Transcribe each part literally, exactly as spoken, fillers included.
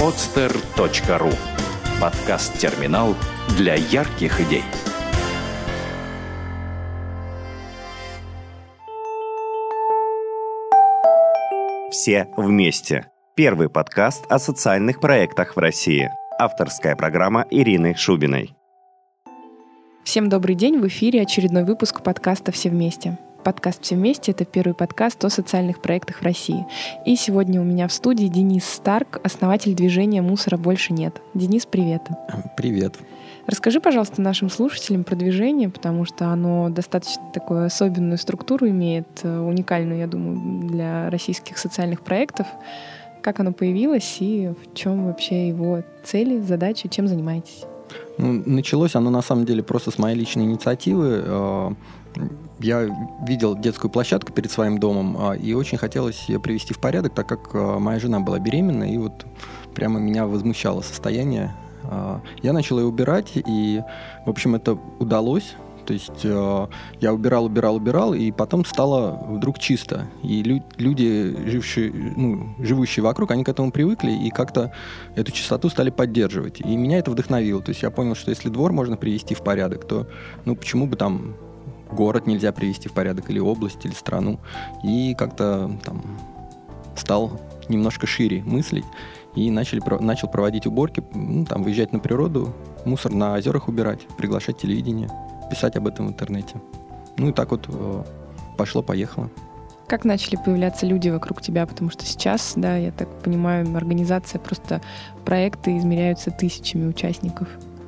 подстер точка ру. Подкаст-терминал для ярких идей. «Все вместе». Первый подкаст о социальных проектах в России. Авторская программа Ирины Шубиной. Всем добрый день, в эфире очередной выпуск подкаста «Все вместе». Подкаст «Все вместе» — это первый подкаст о социальных проектах в России. И сегодня у меня в студии Денис Старк, основатель движения «Мусора больше нет». Денис, привет. Привет. Расскажи, пожалуйста, нашим слушателям про движение, потому что оно достаточно такую особенную структуру имеет, уникальную, я думаю, для российских социальных проектов. Как оно появилось и в чем вообще его цели, задачи, чем занимаетесь? Ну, началось оно на самом деле просто с моей личной инициативы. Я видел детскую площадку перед своим домом, и очень хотелось ее привести в порядок, так как моя жена была беременна, и вот прямо меня возмущало состояние. Я начал ее убирать, и, в общем, это удалось. То есть я убирал, убирал, убирал, и потом стало вдруг чисто. И лю- люди, жившие, ну, живущие вокруг, они к этому привыкли и как-то эту чистоту стали поддерживать. И меня это вдохновило. То есть я понял, что если двор можно привести в порядок, то ну, почему бы там город нельзя привести в порядок, или область, или страну. И как-то там стал немножко шире мыслить. И начали, начал проводить уборки, ну, там, выезжать на природу, мусор на озерах убирать, приглашать телевидение, писать об этом в интернете. Ну и так вот э, пошло-поехало. Как начали появляться люди вокруг тебя? Потому что сейчас, да, я так понимаю, организация, просто проекты измеряются тысячами участников.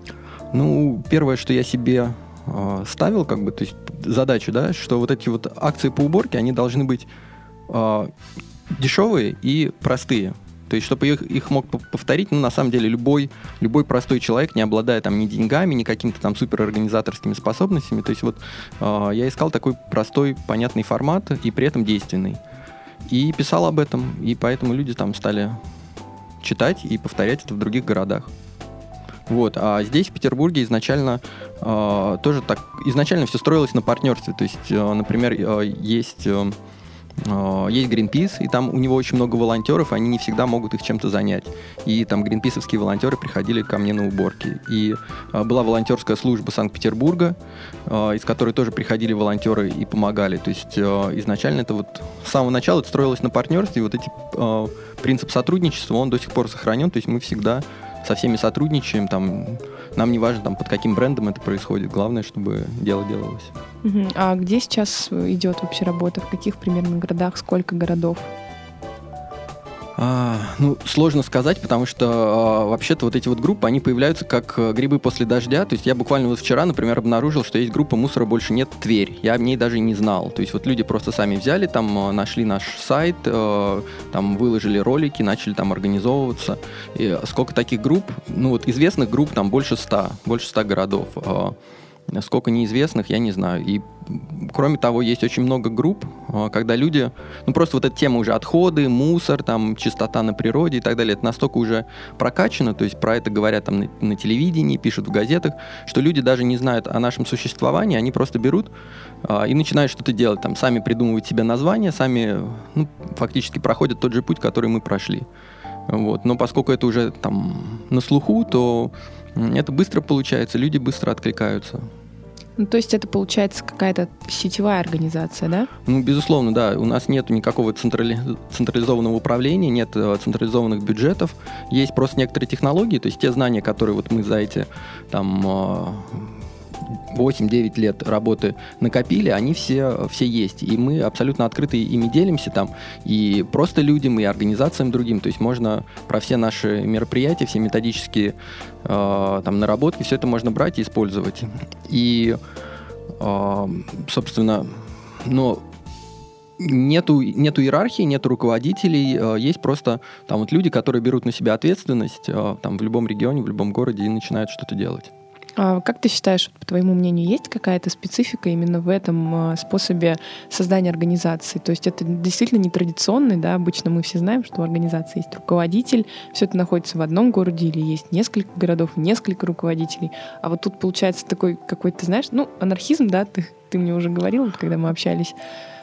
Ну, первое, что я себе э, ставил, как бы, то есть задачу, да, что вот эти вот акции по уборке, они должны быть э, дешевые и простые. То есть, чтобы их, их мог повторить, ну, на самом деле, любой, любой простой человек, не обладая там ни деньгами, ни какими-то там суперорганизаторскими способностями. То есть, вот э, я искал такой простой, понятный формат и при этом действенный. И писал об этом, и поэтому люди там стали читать и повторять это в других городах. Вот. А здесь, в Петербурге, изначально э, тоже так, изначально все строилось на партнерстве. То есть, э, например, э, есть... Э, Есть Greenpeace, и там у него очень много волонтеров, они не всегда могут их чем-то занять. И там гринписовские волонтеры приходили ко мне на уборки. И а, была волонтерская служба Санкт-Петербурга, а, из которой тоже приходили волонтеры и помогали. То есть а, изначально это вот с самого начала это строилось на партнерстве, и вот эти а, принцип сотрудничества, он до сих пор сохранен. То есть мы всегда со всеми сотрудничаем, там, нам не важно, там, под каким брендом это происходит, главное, чтобы дело делалось. Uh-huh. А где сейчас идет вообще работа? В каких примерно городах? Сколько городов? А, ну, сложно сказать, потому что а, вообще-то вот эти вот группы, они появляются как грибы после дождя. То есть я буквально вот вчера, например, обнаружил, что есть группа «Мусора больше нет. Тверь». Я о ней даже не знал. То есть вот люди просто сами взяли, там, нашли наш сайт, э, там, выложили ролики, начали там организовываться. И сколько таких групп? Ну, вот известных групп там больше ста, больше ста городов. Сколько неизвестных, я не знаю. И кроме того, есть очень много групп, когда люди, ну просто вот эта тема уже отходы, мусор, там, чистота на природе и так далее, это настолько уже прокачано, то есть про это говорят там на, на телевидении, пишут в газетах, что люди даже не знают о нашем существовании, они просто берут а, и начинают что-то делать, там, сами придумывают себе названия, сами, ну, фактически проходят тот же путь, который мы прошли. Вот. Но поскольку это уже там на слуху, то это быстро получается, люди быстро откликаются. Ну, то есть это получается какая-то сетевая организация, да? Ну, безусловно, да. У нас нет никакого централи... централизованного управления, нет централизованных бюджетов. Есть просто некоторые технологии, то есть те знания, которые вот мы за эти там восемь-девять лет работы накопили, они все, все есть. И мы абсолютно открыто ими делимся там и просто людям, и организациям другим. То есть можно про все наши мероприятия, все методические э, там, наработки, все это можно брать и использовать. И, э, собственно, но нету, нету иерархии, нету руководителей, э, есть просто там вот люди, которые берут на себя ответственность э, там, в любом регионе, в любом городе и начинают что-то делать. А как ты считаешь, по твоему мнению, есть какая-то специфика именно в этом способе создания организации? То есть это действительно нетрадиционный, да, обычно мы все знаем, что у организации есть руководитель, все это находится в одном городе или есть несколько городов, несколько руководителей, а вот тут получается такой какой-то, знаешь, ну, анархизм, да, ты, ты мне уже говорил, когда мы общались.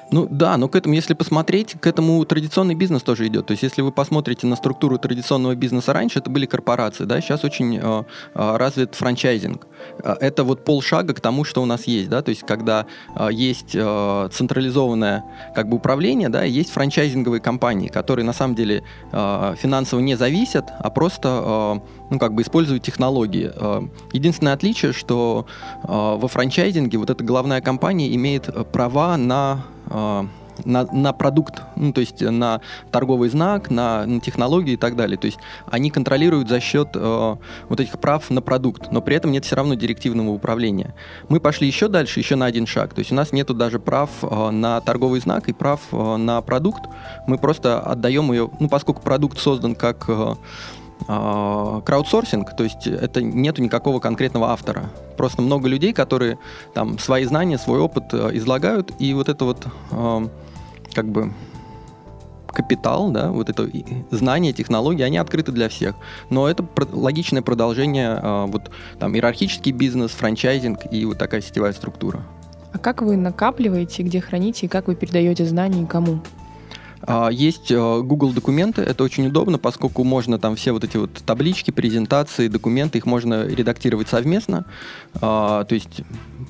Ну да, но к этому, если посмотреть, к этому традиционный бизнес тоже идет. То есть если вы посмотрите на структуру традиционного бизнеса раньше, это были корпорации, да, сейчас очень э, э, развит франчайзинг. Это вот полшага к тому, что у нас есть, да, то есть когда э, есть э, централизованное как бы управление, да, есть франчайзинговые компании, которые на самом деле э, финансово не зависят, а просто э, ну, как бы используют технологии. Э, единственное отличие, что э, во франчайзинге вот эта головная компания имеет права на На, на продукт, ну, то есть на торговый знак, на, на технологии и так далее. То есть они контролируют за счет э, вот этих прав на продукт, но при этом нет все равно директивного управления. Мы пошли еще дальше, еще на один шаг. То есть у нас нету даже прав э, на торговый знак и прав э, на продукт. Мы просто отдаем ее, ну, поскольку продукт создан как э, э, краудсорсинг, то есть это нету никакого конкретного автора. Просто много людей, которые там свои знания, свой опыт э, излагают, и вот это вот э, как бы капитал, да, вот это знания, технологии, они открыты для всех. Но это про- логичное продолжение э, вот там иерархический бизнес, франчайзинг и вот такая сетевая структура. А как вы накапливаете, где храните, и как вы передаете знания и кому? Есть Google документы, это очень удобно, поскольку можно там все вот эти вот таблички, презентации, документы, их можно редактировать совместно. То есть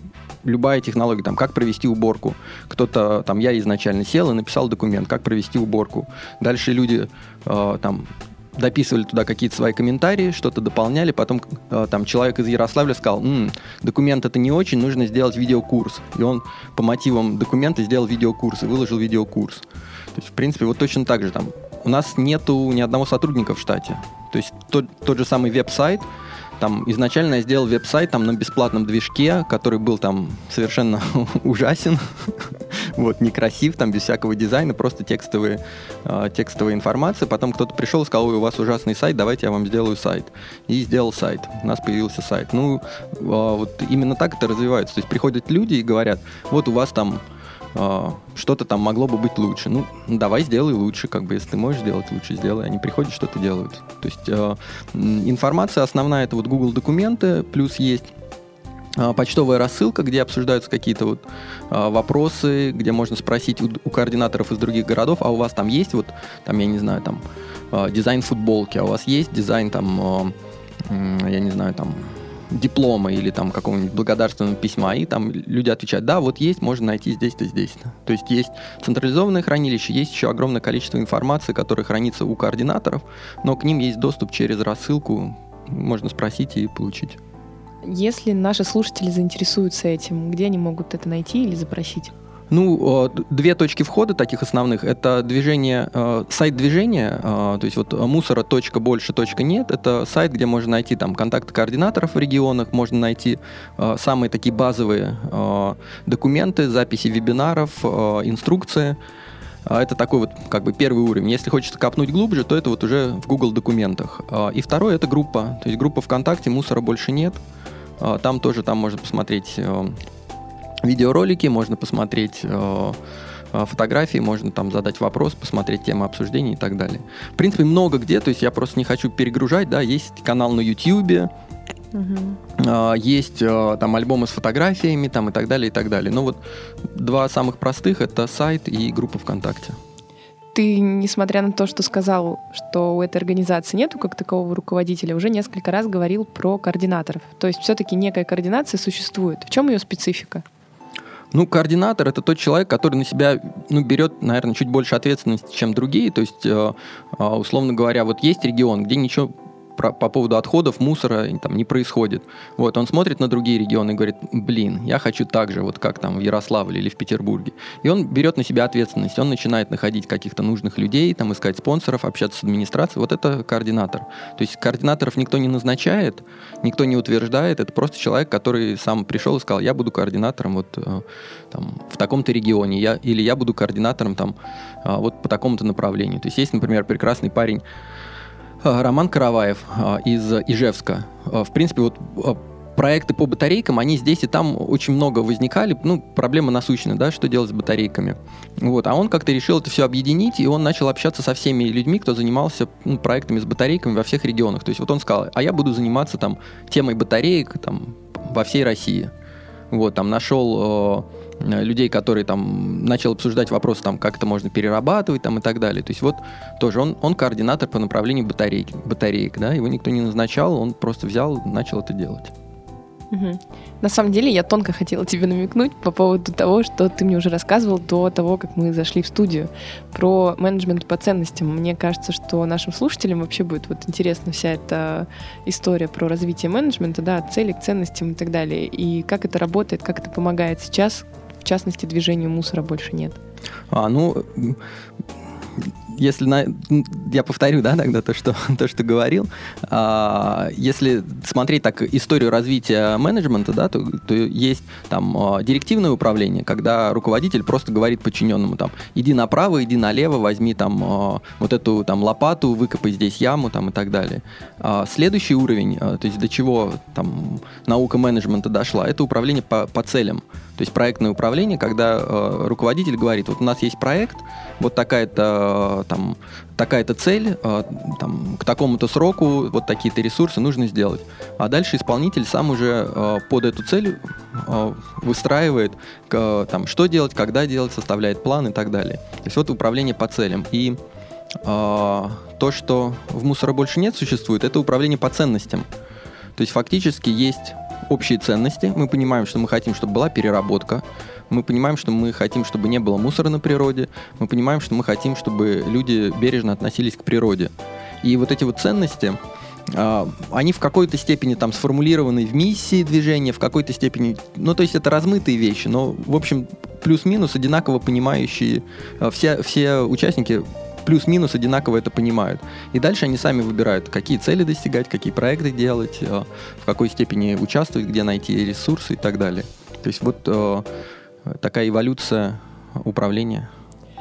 любая технология, там, как провести уборку. Кто-то, там, я изначально сел и написал документ, как провести уборку. Дальше люди там дописывали туда какие-то свои комментарии, что-то дополняли, потом э, там человек из Ярославля сказал, м-м, документ это не очень, нужно сделать видеокурс. И он по мотивам документа сделал видеокурс и выложил видеокурс. То есть, в принципе, вот точно так же там. У нас нету ни одного сотрудника в штате. То есть тот, тот же самый веб-сайт, там изначально я сделал веб-сайт там на бесплатном движке, который был там совершенно ужасен, вот, некрасив, там без всякого дизайна, просто текстовые, э, текстовая информация. Потом кто-то пришел и сказал, ой, у вас ужасный сайт, давайте я вам сделаю сайт. И сделал сайт, у нас появился сайт. Ну, э, вот именно так это развивается. То есть приходят люди и говорят, вот у вас там Uh, что-то там могло бы быть лучше. Ну, давай сделай лучше, как бы, если ты можешь сделать лучше, сделай. Они приходят, что-то делают. То есть uh, информация основная — это вот Google документы, плюс есть uh, почтовая рассылка, где обсуждаются какие-то вот uh, вопросы, где можно спросить у, у координаторов из других городов, а у вас там есть вот, там, я не знаю, там, uh, дизайн футболки, а у вас есть дизайн там, uh, я не знаю, там, диплома или там какого-нибудь благодарственного письма, и там люди отвечают, да, вот есть, можно найти здесь-то, здесь-то. То есть есть централизованное хранилище, есть еще огромное количество информации, которая хранится у координаторов, но к ним есть доступ через рассылку, можно спросить и получить. Если наши слушатели заинтересуются этим, где они могут это найти или запросить? Ну, две точки входа таких основных. Это движение, сайт движения, то есть вот мусора точка больше точка нет. Это сайт, где можно найти там контакты координаторов в регионах, можно найти самые такие базовые документы, записи вебинаров, инструкции. Это такой вот как бы первый уровень. Если хочется копнуть глубже, то это вот уже в Google документах. И второе — это группа. То есть группа ВКонтакте «Мусора больше нет». Там тоже там можно посмотреть видеоролики, можно посмотреть э, фотографии, можно там задать вопрос, посмотреть темы обсуждений и так далее. В принципе, много где, то есть я просто не хочу перегружать, да, есть канал на Ютьюбе, uh-huh. э, есть э, там альбомы с фотографиями там, и так далее, и так далее. Но вот два самых простых — это сайт и группа ВКонтакте. Ты, несмотря на то, что сказал, что у этой организации нету как такового руководителя, уже несколько раз говорил про координаторов. То есть все-таки некая координация существует. В чем ее специфика? Ну, координатор — это тот человек, который на себя, ну, берет, наверное, чуть больше ответственности, чем другие. То есть, э, условно говоря, вот есть регион, где ничего про, по поводу отходов, мусора там не происходит. Вот, он смотрит на другие регионы и говорит, блин, я хочу так же, вот как там в Ярославле или в Петербурге. И он берет на себя ответственность, он начинает находить каких-то нужных людей, там, искать спонсоров, общаться с администрацией. Вот это координатор. То есть координаторов никто не назначает, никто не утверждает, это просто человек, который сам пришел и сказал, я буду координатором вот там, в таком-то регионе, я, или я буду координатором там, вот по такому-то направлению. То есть есть, например, прекрасный парень Роман Караваев из Ижевска. В принципе, вот проекты по батарейкам, они здесь и там очень много возникали. Ну, проблема насущная, да, что делать с батарейками. Вот. А он как-то решил это все объединить, и он начал общаться со всеми людьми, кто занимался, ну, проектами с батарейками во всех регионах. То есть вот он сказал, а я буду заниматься там темой батареек там, во всей России. Вот, там нашел людей, которые там начал обсуждать вопрос, там, как это можно перерабатывать там, и так далее. То есть вот тоже он, он координатор по направлению батарейки, батареек, да, его никто не назначал, он просто взял, начал это делать. Угу. На самом деле я тонко хотела тебе намекнуть по поводу того, что ты мне уже рассказывал до того, как мы зашли в студию, про менеджмент по ценностям. Мне кажется, что нашим слушателям вообще будет вот интересна вся эта история про развитие менеджмента, да, от цели к ценностям и так далее. И как это работает, как это помогает сейчас, в частности, движению мусора больше нет. А, ну... Если на, я повторю, да, тогда то, что, то, что говорил, а, если смотреть так историю развития менеджмента, да, то, то есть там директивное управление, когда руководитель просто говорит подчиненному там, иди направо, иди налево, возьми там вот эту там лопату, выкопай здесь яму там и так далее. А следующий уровень, то есть до чего там наука менеджмента дошла, это управление по, по целям. То есть проектное управление, когда э, руководитель говорит, вот у нас есть проект, вот такая-то, там, такая-то цель, э, там, к такому-то сроку, вот такие-то ресурсы нужно сделать. А дальше исполнитель сам уже э, под эту цель э, выстраивает, э, там, что делать, когда делать, составляет план и так далее. То есть вот управление по целям. И э, то, что в мусора больше нет существует, это управление по ценностям. То есть фактически есть общие ценности. Мы понимаем, что мы хотим, чтобы была переработка. Мы понимаем, что мы хотим, чтобы не было мусора на природе. Мы понимаем, что мы хотим, чтобы люди бережно относились к природе. И вот эти вот ценности, э, они в какой-то степени там сформулированы в миссии движения, в какой-то степени... Ну, то есть это размытые вещи, но, в общем, плюс-минус одинаково понимающие э, все, все участники плюс-минус одинаково это понимают. И дальше они сами выбирают, какие цели достигать, какие проекты делать, в какой степени участвовать, где найти ресурсы и так далее. То есть вот э, такая эволюция управления.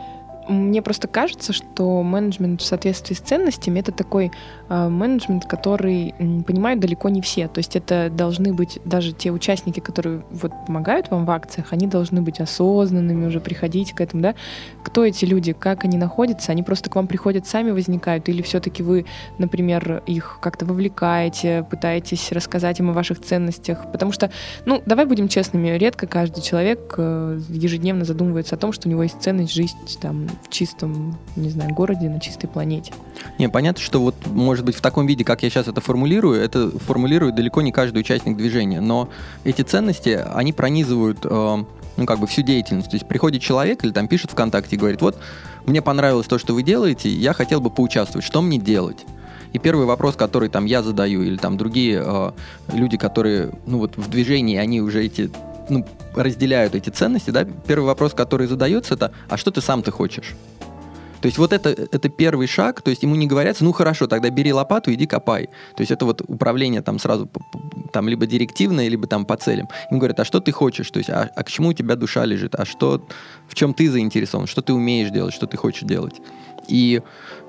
Мне просто кажется, что менеджмент в соответствии с ценностями — это такой э, менеджмент, который м, понимают далеко не все. То есть это должны быть даже те участники, которые вот помогают вам в акциях, они должны быть осознанными, уже приходить к этому, да? Кто эти люди, как они находятся? Они просто к вам приходят, сами возникают? Или все-таки вы, например, их как-то вовлекаете, пытаетесь рассказать им о ваших ценностях? Потому что, ну, давай будем честными, редко каждый человек э, ежедневно задумывается о том, что у него есть ценность жить там в чистом, не знаю, городе, на чистой планете. Не, понятно, что вот, может быть, в таком виде, как я сейчас это формулирую, это формулирует далеко не каждый участник движения, но эти ценности, они пронизывают, э, ну, как бы всю деятельность. То есть приходит человек или там пишет ВКонтакте и говорит, вот, мне понравилось то, что вы делаете, я хотел бы поучаствовать, что мне делать? И первый вопрос, который там я задаю, или там другие э, люди, которые, ну, вот в движении, они уже эти... ну, разделяют эти ценности, да, первый вопрос, который задается, это, а что ты сам-то хочешь? То есть вот это, это первый шаг, то есть ему не говорят, ну хорошо, тогда бери лопату, иди копай. То есть это вот управление там сразу там либо директивное, либо там по целям. Им говорят, а что ты хочешь? То есть, а, а к чему у тебя душа лежит? А что, в чем ты заинтересован? Что ты умеешь делать? Что ты хочешь делать? И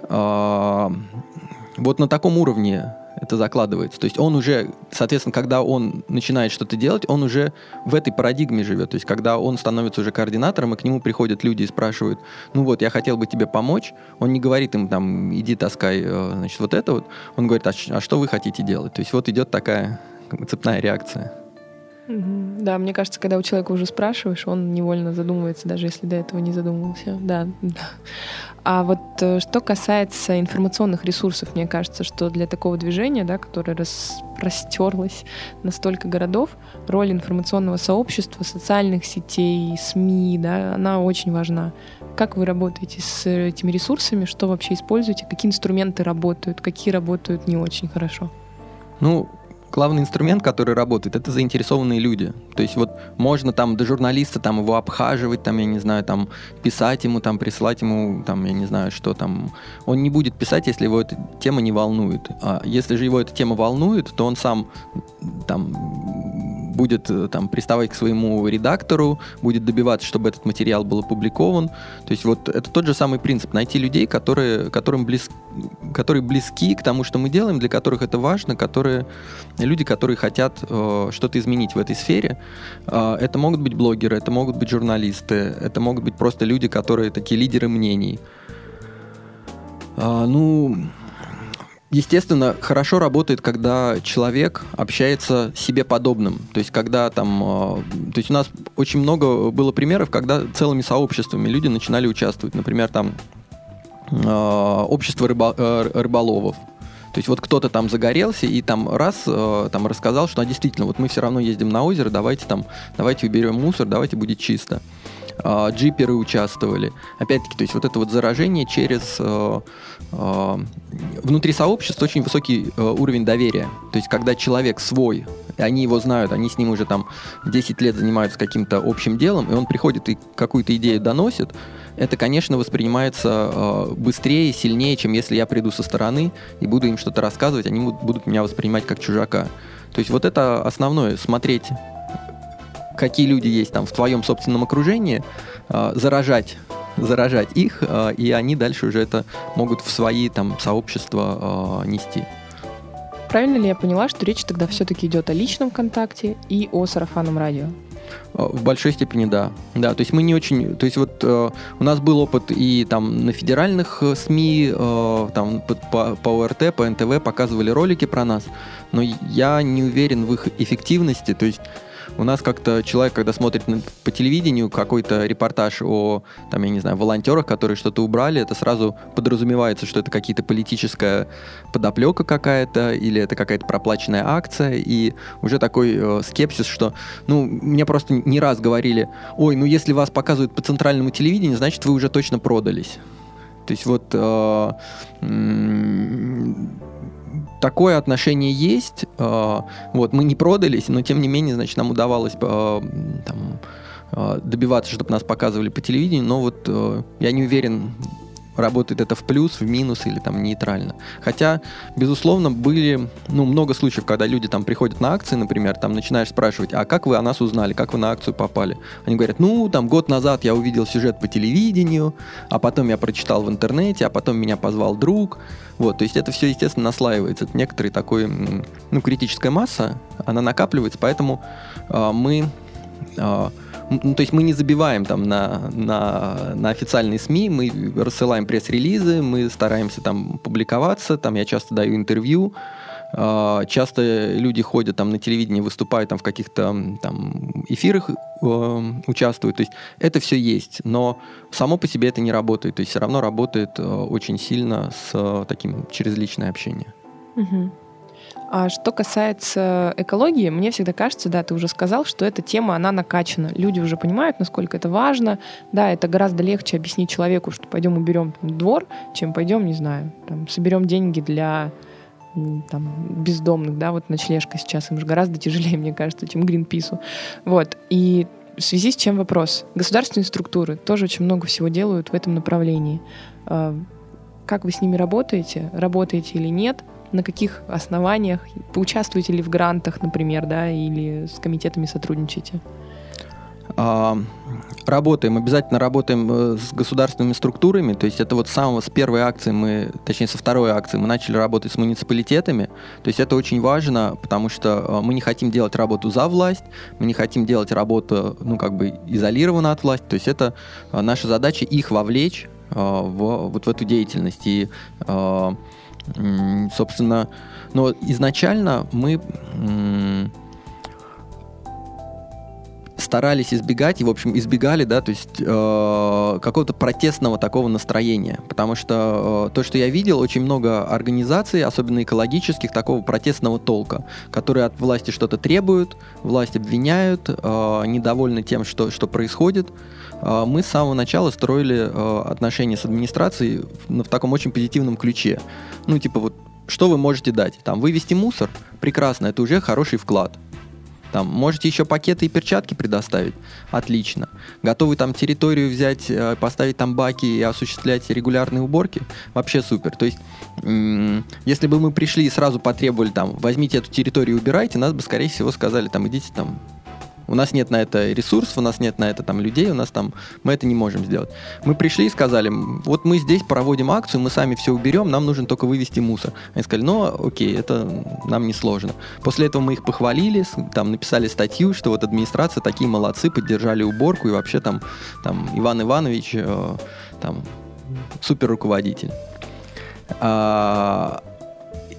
э, вот на таком уровне это закладывается. То есть он уже, соответственно, когда он начинает что-то делать, он уже в этой парадигме живет. То есть когда он становится уже координатором, и к нему приходят люди и спрашивают, ну вот, я хотел бы тебе помочь, он не говорит им, там, иди таскай, значит, вот это вот. Он говорит, а, а что вы хотите делать? То есть вот идет такая как бы цепная реакция. Да, мне кажется, когда у человека уже спрашиваешь, он невольно задумывается, даже если до этого не задумывался. Да, да. А вот что касается информационных ресурсов, мне кажется, что для такого движения, да, которое распростерлось на столько городов, роль информационного сообщества, социальных сетей, СМИ, да, она очень важна. Как вы работаете с этими ресурсами, что вообще используете, какие инструменты работают, какие работают не очень хорошо? Ну, главный инструмент, который работает, это заинтересованные люди. То есть вот можно там до журналиста там его обхаживать, там, я не знаю, там писать ему, там присылать ему, там, я не знаю, что там. Он не будет писать, если его эта тема не волнует. А если же его эта тема волнует, то он сам там будет там приставать к своему редактору, будет добиваться, чтобы этот материал был опубликован. То есть вот это тот же самый принцип. Найти людей, которые, которым близ, которые близки к тому, что мы делаем, для которых это важно, которые люди, которые хотят э, что-то изменить в этой сфере. Э, это могут быть блогеры, это могут быть журналисты, это могут быть просто люди, которые такие лидеры мнений. Э, ну, естественно, хорошо работает, когда человек общается с себе подобным. То есть, когда там... То есть, у нас очень много было примеров, когда целыми сообществами люди начинали участвовать. Например, там общество рыбо, рыболовов. То есть вот кто-то там загорелся и там раз э, там рассказал, что а, действительно, вот мы все равно ездим на озеро, давайте там, давайте уберем мусор, давайте будет чисто. Э, джиперы участвовали. Опять-таки, то есть вот это вот заражение через... Э, э, внутри сообщества очень высокий э, уровень доверия. То есть когда человек свой, и они его знают, они с ним уже там десять лет занимаются каким-то общим делом, и он приходит и какую-то идею доносит, это, конечно, воспринимается э, быстрее, сильнее, чем если я приду со стороны и буду им что-то рассказывать, они будут меня воспринимать как чужака. То есть вот это основное, смотреть, какие люди есть там в твоем собственном окружении, э, заражать, заражать их, э, и они дальше уже это могут в свои там сообщества э, нести. Правильно ли я поняла, что речь тогда все-таки идет о личном контакте и о сарафанном радио? В большой степени, да. Да, то есть мы не очень... То есть вот э, у нас был опыт и там на федеральных СМИ, э, там по, по ОРТ, по эн тэ вэ показывали ролики про нас, но я не уверен в их эффективности. То есть у нас как-то человек, когда смотрит на, по телевидению какой-то репортаж о, там, я не знаю, волонтерах, которые что-то убрали, это сразу подразумевается, что это какие-то политическая подоплека какая-то, или это какая-то проплаченная акция, и уже такой э, скепсис, что, ну, мне просто не раз говорили, ой, ну, если вас показывают по центральному телевидению, значит, вы уже точно продались. То есть вот... Э, м- Такое отношение есть, э, вот, мы не продались, но тем не менее, значит, нам удавалось э, там, э, добиваться, чтобы нас показывали по телевидению, но вот э, я не уверен, работает это в плюс, в минус или там нейтрально. Хотя, безусловно, были ну, много случаев, когда люди там приходят на акции, например, там начинаешь спрашивать, а как вы о нас узнали, как вы на акцию попали? Они говорят, ну, там год назад я увидел сюжет по телевидению, а потом я прочитал в интернете, а потом меня позвал друг. Вот, то есть это все, естественно, наслаивается. Это некоторая такой, ну, критическая масса, она накапливается, поэтому э, мы... Э, Ну, то есть мы не забиваем там на, на, на официальные СМИ, мы рассылаем пресс-релизы, мы стараемся там публиковаться, там я часто даю интервью, э, часто люди ходят там на телевидение, выступают там в каких-то там эфирах, э, участвуют, то есть это все есть, но само по себе это не работает, то есть все равно работает э, очень сильно с э, таким через личное общение. Угу. А что касается экологии, мне всегда кажется, да, ты уже сказал, что эта тема, она накачана. Люди уже понимают, насколько это важно. Да, это гораздо легче объяснить человеку, что пойдем уберем там, двор, чем пойдем, не знаю, там, соберем деньги для там, бездомных, да, вот ночлежка сейчас, им же гораздо тяжелее, мне кажется, чем Гринпису. Вот, и в связи с чем вопрос? Государственные структуры тоже очень много всего делают в этом направлении. Как вы с ними работаете? Работаете или нет? На каких основаниях? Поучаствуете ли в грантах, например, да, или с комитетами сотрудничаете? А, работаем, обязательно работаем с государственными структурами, то есть это вот с самого, с первой акции мы, точнее со второй акции мы начали работать с муниципалитетами, то есть это очень важно, потому что мы не хотим делать работу за власть, мы не хотим делать работу, ну, как бы изолированно от власти, то есть это наша задача их вовлечь в, вот в эту деятельность, и собственно, но изначально мы м- старались избегать, и, в общем, избегали, да, то есть э- какого-то протестного такого настроения, потому что э- то, что я видел, очень много организаций, особенно экологических, такого протестного толка, которые от власти что-то требуют, власть обвиняют, э- недовольны тем, что, что происходит. Э- мы с самого начала строили э- отношения с администрацией в, в таком очень позитивном ключе. Ну, типа вот, что вы можете дать? Там, вывести мусор? Прекрасно, это уже хороший вклад. Там, можете еще пакеты и перчатки предоставить? Отлично. Готовы там территорию взять, поставить там баки и осуществлять регулярные уборки? Вообще супер. То есть, м- если бы мы пришли и сразу потребовали, там, возьмите эту территорию и убирайте, нас бы, скорее всего, сказали, там, идите там... У нас нет на это ресурсов, у нас нет на это там людей, у нас там мы это не можем сделать. Мы пришли и сказали, вот мы здесь проводим акцию, мы сами все уберем, нам нужно только вывести мусор. Они сказали, ну окей, это нам не сложно. После этого мы их похвалили, там написали статью, что вот администрация такие молодцы, поддержали уборку, и вообще там, там Иван Иванович э, там супер руководитель. А,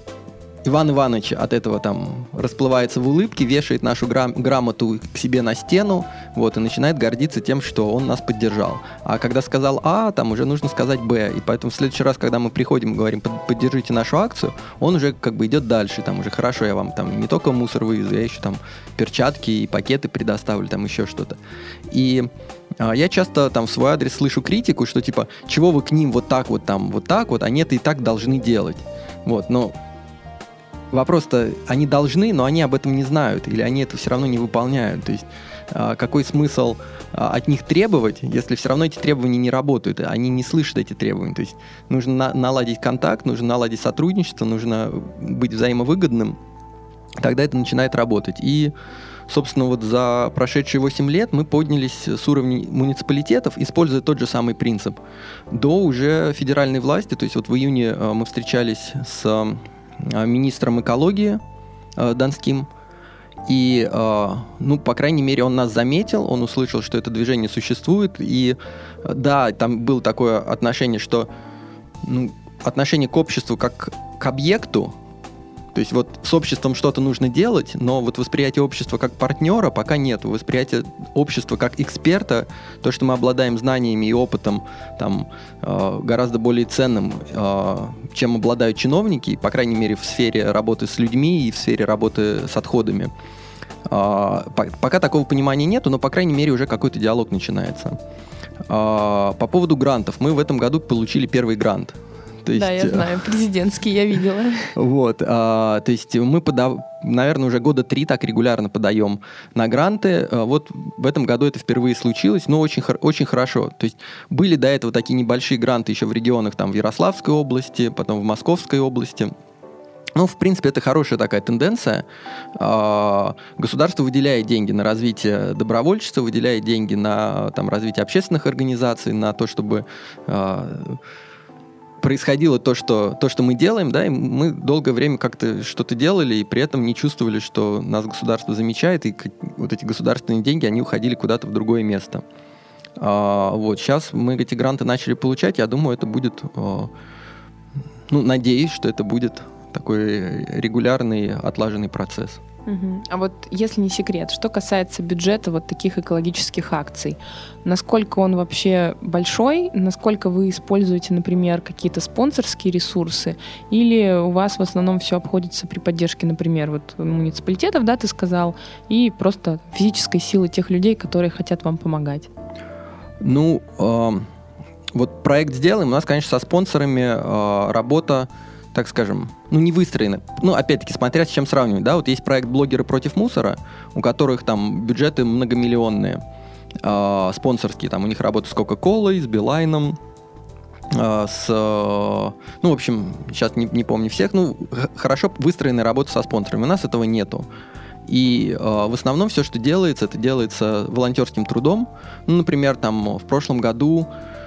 Иван Иванович от этого там расплывается в улыбке, вешает нашу грам- грамоту к себе на стену, вот, и начинает гордиться тем, что он нас поддержал. А когда сказал А, там уже нужно сказать Б. И поэтому в следующий раз, когда мы приходим и говорим, поддержите нашу акцию, он уже как бы идет дальше. Там уже хорошо, я вам там не только мусор вывезу, я еще там перчатки и пакеты предоставлю, там еще что-то. И а, я часто там в свой адрес слышу критику, что типа, чего вы к ним вот так вот там, вот так вот, они это и так должны делать. Вот, но вопрос-то, они должны, но они об этом не знают, или они это все равно не выполняют. То есть а, какой смысл а, от них требовать, если все равно эти требования не работают, они не слышат эти требования. То есть нужно на- наладить контакт, нужно наладить сотрудничество, нужно быть взаимовыгодным, тогда это начинает работать. И, собственно, вот за прошедшие восемь лет мы поднялись с уровня муниципалитетов, используя тот же самый принцип, до уже федеральной власти. То есть вот в июне а, мы встречались с министром экологии э, Донским. И, э, ну, по крайней мере, он нас заметил, он услышал, что это движение существует. И да, там было такое отношение, что ну, отношение к обществу как к объекту. То есть вот с обществом что-то нужно делать, но вот восприятие общества как партнера пока нет. Восприятие общества как эксперта, то, что мы обладаем знаниями и опытом там, э, гораздо более ценным, э, чем обладают чиновники, по крайней мере в сфере работы с людьми и в сфере работы с отходами. Э, пока такого понимания нету, но, по крайней мере, уже какой-то диалог начинается. Э, по поводу грантов. Мы в этом году получили первый грант. То есть, да, я знаю, президентский, я видела. Вот, а, то есть мы, подав... наверное, уже года три так регулярно подаем на гранты. А, вот в этом году это впервые случилось, но очень, очень хорошо. То есть были до этого такие небольшие гранты еще в регионах, там в Ярославской области, потом в Московской области. Ну, в принципе, это хорошая такая тенденция. А, государство выделяет деньги на развитие добровольчества, выделяет деньги на там, развитие общественных организаций, на то, чтобы... А, происходило то что, то, что мы делаем, да, и мы долгое время как-то что-то делали, и при этом не чувствовали, что нас государство замечает, и вот эти государственные деньги, они уходили куда-то в другое место. А, вот, сейчас мы эти гранты начали получать, я думаю, это будет, а, ну, надеюсь, что это будет такой регулярный, отлаженный процесс. Угу. А вот если не секрет, что касается бюджета вот таких экологических акций, насколько он вообще большой, насколько вы используете, например, какие-то спонсорские ресурсы, или у вас в основном все обходится при поддержке, например, вот муниципалитетов, да, ты сказал, и просто физической силы тех людей, которые хотят вам помогать? Ну, э, вот проект «Сделаем», у нас, конечно, со спонсорами э, работа, так скажем, ну, не выстроены. Ну, опять-таки, смотря с чем сравнивать, да, вот есть проект «Блогеры против мусора», у которых там бюджеты многомиллионные, э, спонсорские, там у них работа с Кока-Колой, с Билайном, э, с, э, ну, в общем, сейчас не, не помню всех, ну, х- хорошо выстроенная работа со спонсорами, у нас этого нету. И э, в основном все, что делается, это делается волонтерским трудом. Ну, например, там в прошлом году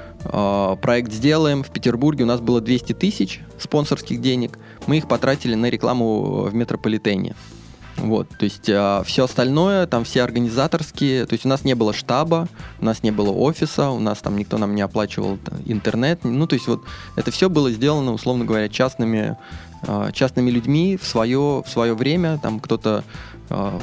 проект «Сделаем» в Петербурге у нас было двести тысяч спонсорских денег. Мы их потратили на рекламу в метрополитене. Вот, то есть а, все остальное, там все организаторские, то есть у нас не было штаба, у нас не было офиса, у нас там никто нам не оплачивал интернет. Ну, то есть вот это все было сделано, условно говоря, частными, а, частными людьми в свое, в свое время. Там кто-то а,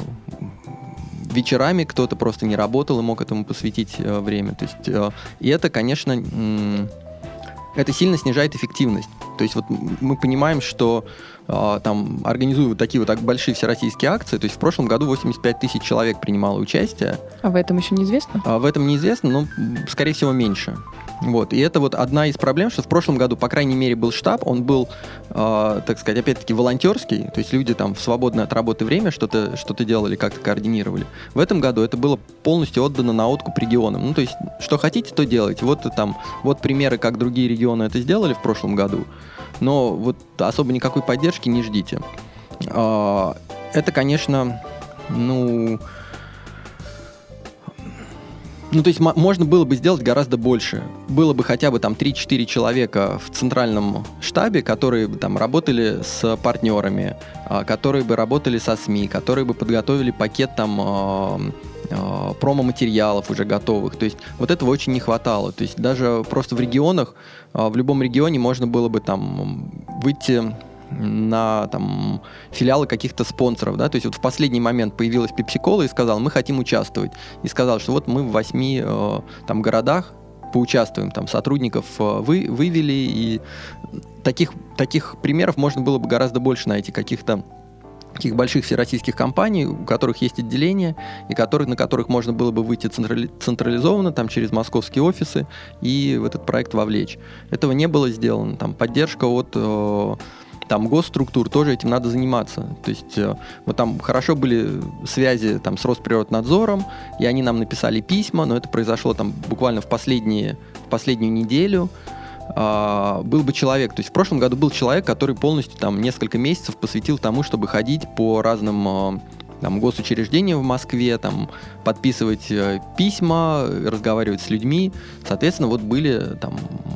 вечерами, кто-то просто не работал и мог этому посвятить а, время. То есть, а, и это, конечно, м- это сильно снижает эффективность. То есть вот мы понимаем, что э, там организуют такие вот так большие всероссийские акции. То есть в прошлом году восемьдесят пять тысяч человек принимало участие. А в этом еще неизвестно? А в этом неизвестно, но, скорее всего, меньше. Вот. И это вот одна из проблем, что в прошлом году, по крайней мере, был штаб, он был, э, так сказать, опять-таки волонтерский, то есть люди там в свободное от работы время что-то, что-то делали, как-то координировали. В этом году это было полностью отдано на откуп регионам. Ну, то есть, что хотите, то делайте. Вот там, вот примеры, как другие регионы это сделали в прошлом году, но вот особо никакой поддержки не ждите. Э, это, конечно, ну... Ну, то есть м- можно было бы сделать гораздо больше. Было бы хотя бы там три-четыре человека в центральном штабе, которые бы там работали с партнерами, а, которые бы работали со СМИ, которые бы подготовили пакет там а, а, промо-материалов уже готовых. То есть вот этого очень не хватало. То есть даже просто в регионах, а, в любом регионе можно было бы там выйти на там, филиалы каких-то спонсоров, да, то есть вот в последний момент появилась Pepsi-Cola и сказала, мы хотим участвовать, и сказал, что вот мы в восьми э, там городах поучаствуем, там сотрудников э, вы, вывели, и таких, таких примеров можно было бы гораздо больше найти, каких-то таких больших всероссийских компаний, у которых есть отделения, и которые, на которых можно было бы выйти централи, централизованно, там, через московские офисы, и в этот проект вовлечь. Этого не было сделано. Там, поддержка от э, там, госструктур, тоже этим надо заниматься. То есть э, вот там хорошо были связи там, с Росприроднадзором, и они нам написали письма, но это произошло там, буквально в, последние, в последнюю неделю. Uh, был бы человек, то есть в прошлом году был человек, который полностью там несколько месяцев посвятил тому, чтобы ходить по разным uh, там, госучреждениям в Москве, там, подписывать uh, письма, разговаривать с людьми. Соответственно, вот были там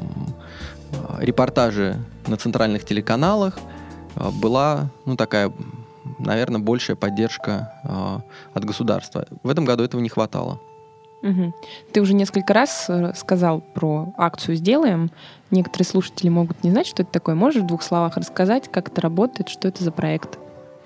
uh, репортажи на центральных телеканалах, uh, была, ну, такая, наверное, большая поддержка uh, от государства. В этом году этого не хватало. Угу. Ты уже несколько раз сказал про акцию «Сделаем». Некоторые слушатели могут не знать, что это такое. Можешь в двух словах рассказать, как это работает, что это за проект?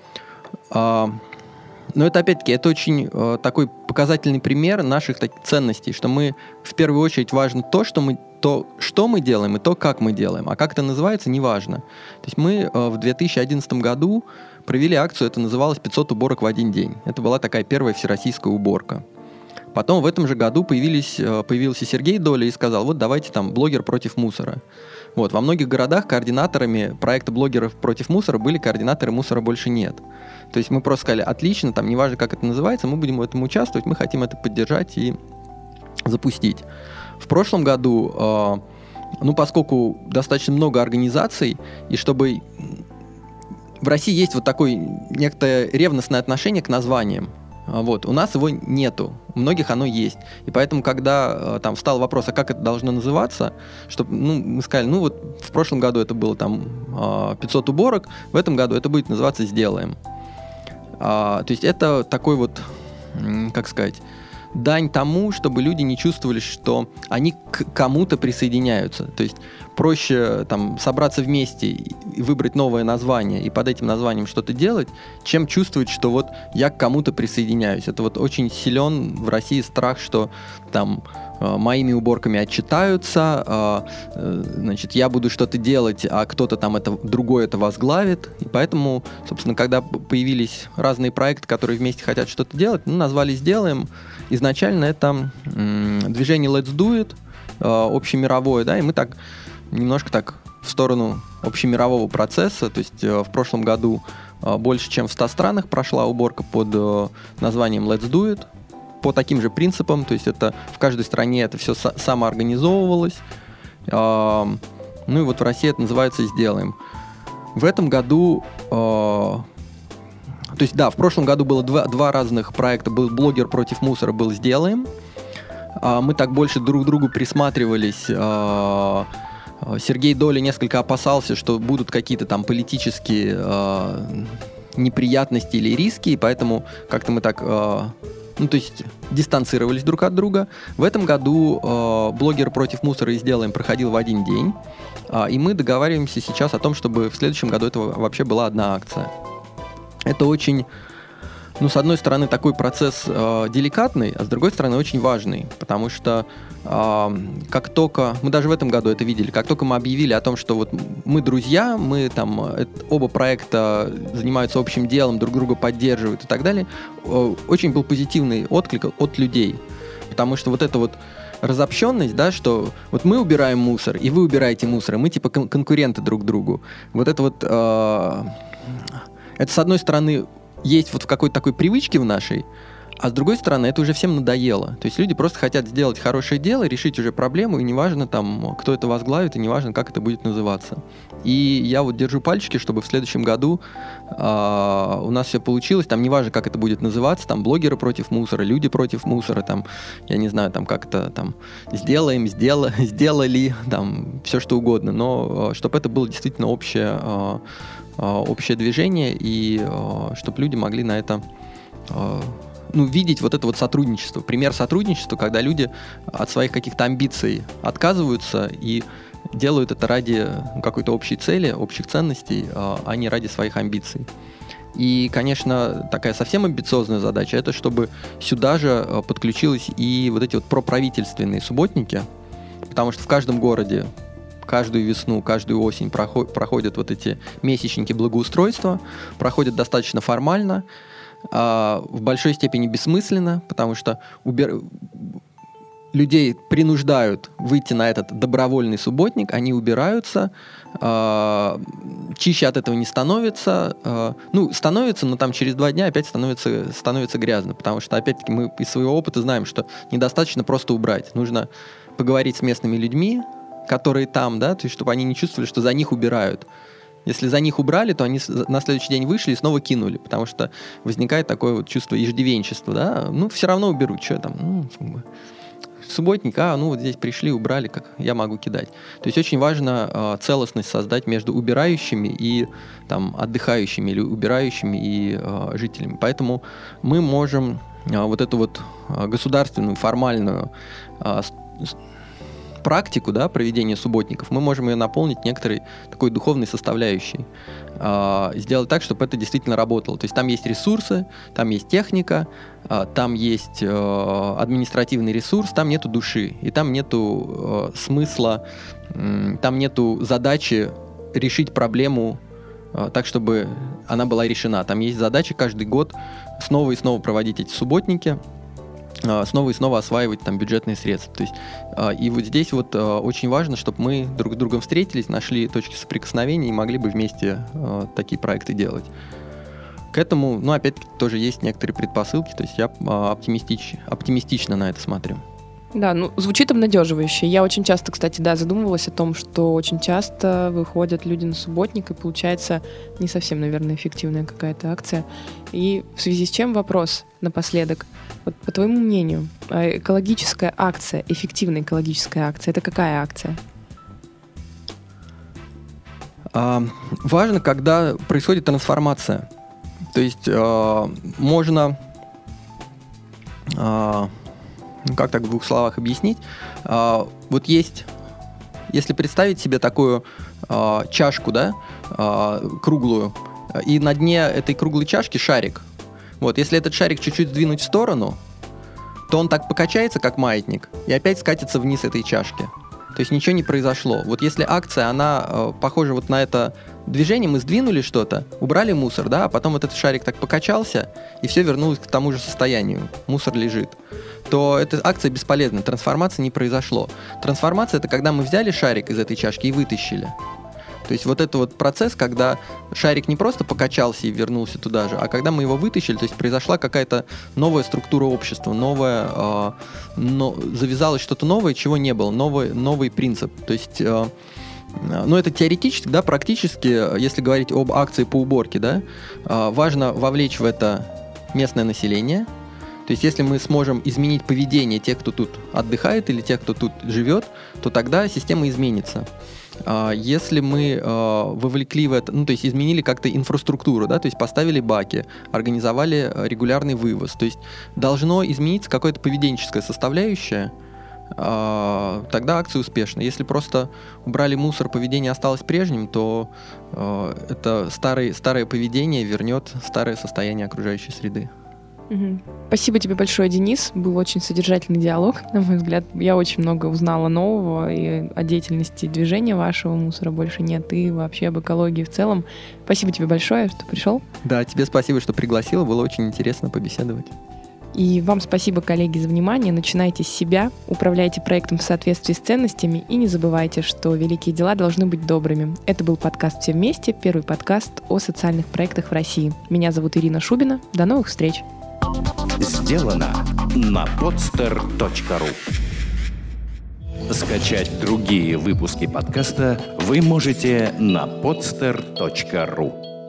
А, ну, это опять-таки, это очень а, такой показательный пример наших так, ценностей, что мы в первую очередь важно то, что мы, то, что мы делаем, и то, как мы делаем. А как это называется, неважно. То есть мы а, в две тысячи одиннадцатом году провели акцию, это называлось пятьсот уборок в один день. Это была такая первая всероссийская уборка. Потом в этом же году появились, появился Сергей Доля и сказал, вот давайте там блогер против мусора. Вот, во многих городах координаторами проекта блогеров против мусора были координаторы «Мусора больше нет». То есть мы просто сказали, отлично, там неважно, как это называется, мы будем в этом участвовать, мы хотим это поддержать и запустить. В прошлом году, э, ну поскольку достаточно много организаций, и чтобы... В России есть вот такое некое ревностное отношение к названиям. Вот. У нас его нету, у многих оно есть. И поэтому, когда э, там встал вопрос, а как это должно называться, чтобы, ну, мы сказали, ну вот в прошлом году это было там э, пятьсот уборок, в этом году это будет называться «Сделаем». А, то есть это такой вот, как сказать, дань тому, чтобы люди не чувствовали, что они к кому-то присоединяются. То есть проще там собраться вместе и выбрать новое название и под этим названием что-то делать, чем чувствовать, что вот я к кому-то присоединяюсь. Это вот очень силен в России страх, что там э, моими уборками отчитаются, э, значит, я буду что-то делать, а кто-то там это, другой это возглавит. И поэтому, собственно, когда появились разные проекты, которые вместе хотят что-то делать, ну, назвали «Сделаем». Изначально это м, движение Let's Do It, э, общемировое, да, и мы так немножко так в сторону общемирового процесса, то есть э, в прошлом году э, больше чем в ста странах прошла уборка под э, названием Let's Do It, по таким же принципам, то есть это в каждой стране это все со- самоорганизовывалось, э, ну и вот в России это называется «Сделаем». В этом году... Э, То есть, да, в прошлом году было два, два разных проекта. Был «Блогер против мусора», был «Сделаем». Мы так больше друг к другу присматривались. Сергей Доля несколько опасался, что будут какие-то там политические неприятности или риски, и поэтому как-то мы так... Ну, то есть дистанцировались друг от друга. В этом году «Блогер против мусора» и «Сделаем» проходил в один день. И мы договариваемся сейчас о том, чтобы в следующем году это вообще была одна акция. Это очень, ну, с одной стороны, такой процесс э, деликатный, а с другой стороны, очень важный, потому что э, как только, мы даже в этом году это видели, как только мы объявили о том, что вот мы друзья, мы там, это, оба проекта занимаются общим делом, друг друга поддерживают и так далее, э, очень был позитивный отклик от людей, потому что вот это вот разобщенность, да, что вот мы убираем мусор, и вы убираете мусор, и мы типа кон- конкуренты друг другу. Вот это вот... Э, Это, с одной стороны, есть вот в какой-то такой привычке в нашей, а с другой стороны, это уже всем надоело. То есть люди просто хотят сделать хорошее дело, решить уже проблему, и неважно, там, кто это возглавит, и неважно, как это будет называться. И я вот держу пальчики, чтобы в следующем году э, у нас все получилось, там, неважно, как это будет называться, там, блогеры против мусора, люди против мусора, там, я не знаю, там, как это, там, сделаем, сдела, сделали, там, все что угодно, но э, чтобы это было действительно общее... Э, общее движение, и э, чтобы люди могли на это э, ну, видеть вот это вот сотрудничество. Пример сотрудничества, когда люди от своих каких-то амбиций отказываются и делают это ради какой-то общей цели, общих ценностей, а не ради своих амбиций. И, конечно, такая совсем амбициозная задача — это чтобы сюда же подключились и вот эти вот проправительственные субботники, потому что в каждом городе каждую весну, каждую осень проход, проходят вот эти месячники благоустройства, проходят достаточно формально, а в большой степени бессмысленно, потому что убер... людей принуждают выйти на этот добровольный субботник, они убираются, э, чище от этого не становится. Э, ну, становится, но там через два дня опять становится, становится грязно, потому что, опять-таки, мы из своего опыта знаем, что недостаточно просто убрать. Нужно поговорить с местными людьми, которые там, да, то есть, чтобы они не чувствовали, что за них убирают. Если за них убрали, то они на следующий день вышли и снова кинули, потому что возникает такое вот чувство иждивенчества, да, ну, все равно уберут, что там, ну, как бы... Субботник, а, ну вот здесь пришли, убрали, как я могу кидать. То есть очень важно э, целостность создать между убирающими и там, отдыхающими, или убирающими и э, жителями. Поэтому мы можем э, вот эту вот э, государственную, формальную э, практику, да, проведения субботников, мы можем ее наполнить некоторой такой духовной составляющей. Э, сделать так, чтобы это действительно работало. То есть там есть ресурсы, там есть техника, э, там есть э, административный ресурс, там нету души, и там нету э, смысла, э, там нету задачи решить проблему э, так, чтобы она была решена. Там есть задача каждый год снова и снова проводить эти субботники, снова и снова осваивать там бюджетные средства. То есть, э, и вот здесь вот э, очень важно, чтобы мы друг с другом встретились, нашли точки соприкосновения и могли бы вместе э, такие проекты делать. К этому, ну, опять-таки, тоже есть некоторые предпосылки, то есть я э, оптимистич, оптимистично на это смотрю. Да, ну, звучит обнадеживающе. Я очень часто, кстати, да, задумывалась о том, что очень часто выходят люди на субботник, и получается не совсем, наверное, эффективная какая-то акция. И в связи с чем вопрос напоследок. Вот по твоему мнению, экологическая акция, эффективная экологическая акция, это какая акция? А, важно, когда происходит трансформация. То есть а, можно... А, как так в двух словах объяснить? А, вот есть, если представить себе такую а, чашку, да, а, круглую, и на дне этой круглой чашки шарик. Вот, если этот шарик чуть-чуть сдвинуть в сторону, то он так покачается, как маятник, и опять скатится вниз этой чашки. То есть ничего не произошло. Вот если акция, она э, похожа вот на это движение, мы сдвинули что-то, убрали мусор, да, а потом вот этот шарик так покачался, и все вернулось к тому же состоянию. Мусор лежит. То эта акция бесполезна, трансформации не произошло. Трансформация — это когда мы взяли шарик из этой чашки и вытащили. То есть вот это вот процесс, когда шарик не просто покачался и вернулся туда же, а когда мы его вытащили, то есть произошла какая-то новая структура общества, новая, э, но, завязалось что-то новое, чего не было, новый, новый принцип. То есть, э, ну это теоретически, да, практически, если говорить об акции по уборке, да, э, важно вовлечь в это местное население. То есть если мы сможем изменить поведение тех, кто тут отдыхает, или тех, кто тут живет, то тогда система изменится. Если мы э, вовлекли в это, ну, то есть изменили как-то инфраструктуру, да, то есть поставили баки, организовали регулярный вывоз, то есть должно измениться какое-то поведенческое составляющее, э, тогда акция успешна. Если просто убрали мусор, поведение осталось прежним, то э, это старое, старое поведение вернет старое состояние окружающей среды. Спасибо тебе большое, Денис. Был очень содержательный диалог, на мой взгляд. Я очень много узнала нового и о деятельности движения вашего «Мусора больше нет», и вообще об экологии в целом. Спасибо тебе большое, что пришел. Да, тебе спасибо, что пригласила. Было очень интересно побеседовать. И вам спасибо, коллеги, за внимание. Начинайте с себя, управляйте проектом в соответствии с ценностями и не забывайте, что великие дела должны быть добрыми. Это был подкаст «Все вместе», первый подкаст о социальных проектах в России. Меня зовут Ирина Шубина. До новых встреч! Сделано на podster точка ру. Скачать другие выпуски подкаста вы можете на podster точка ру.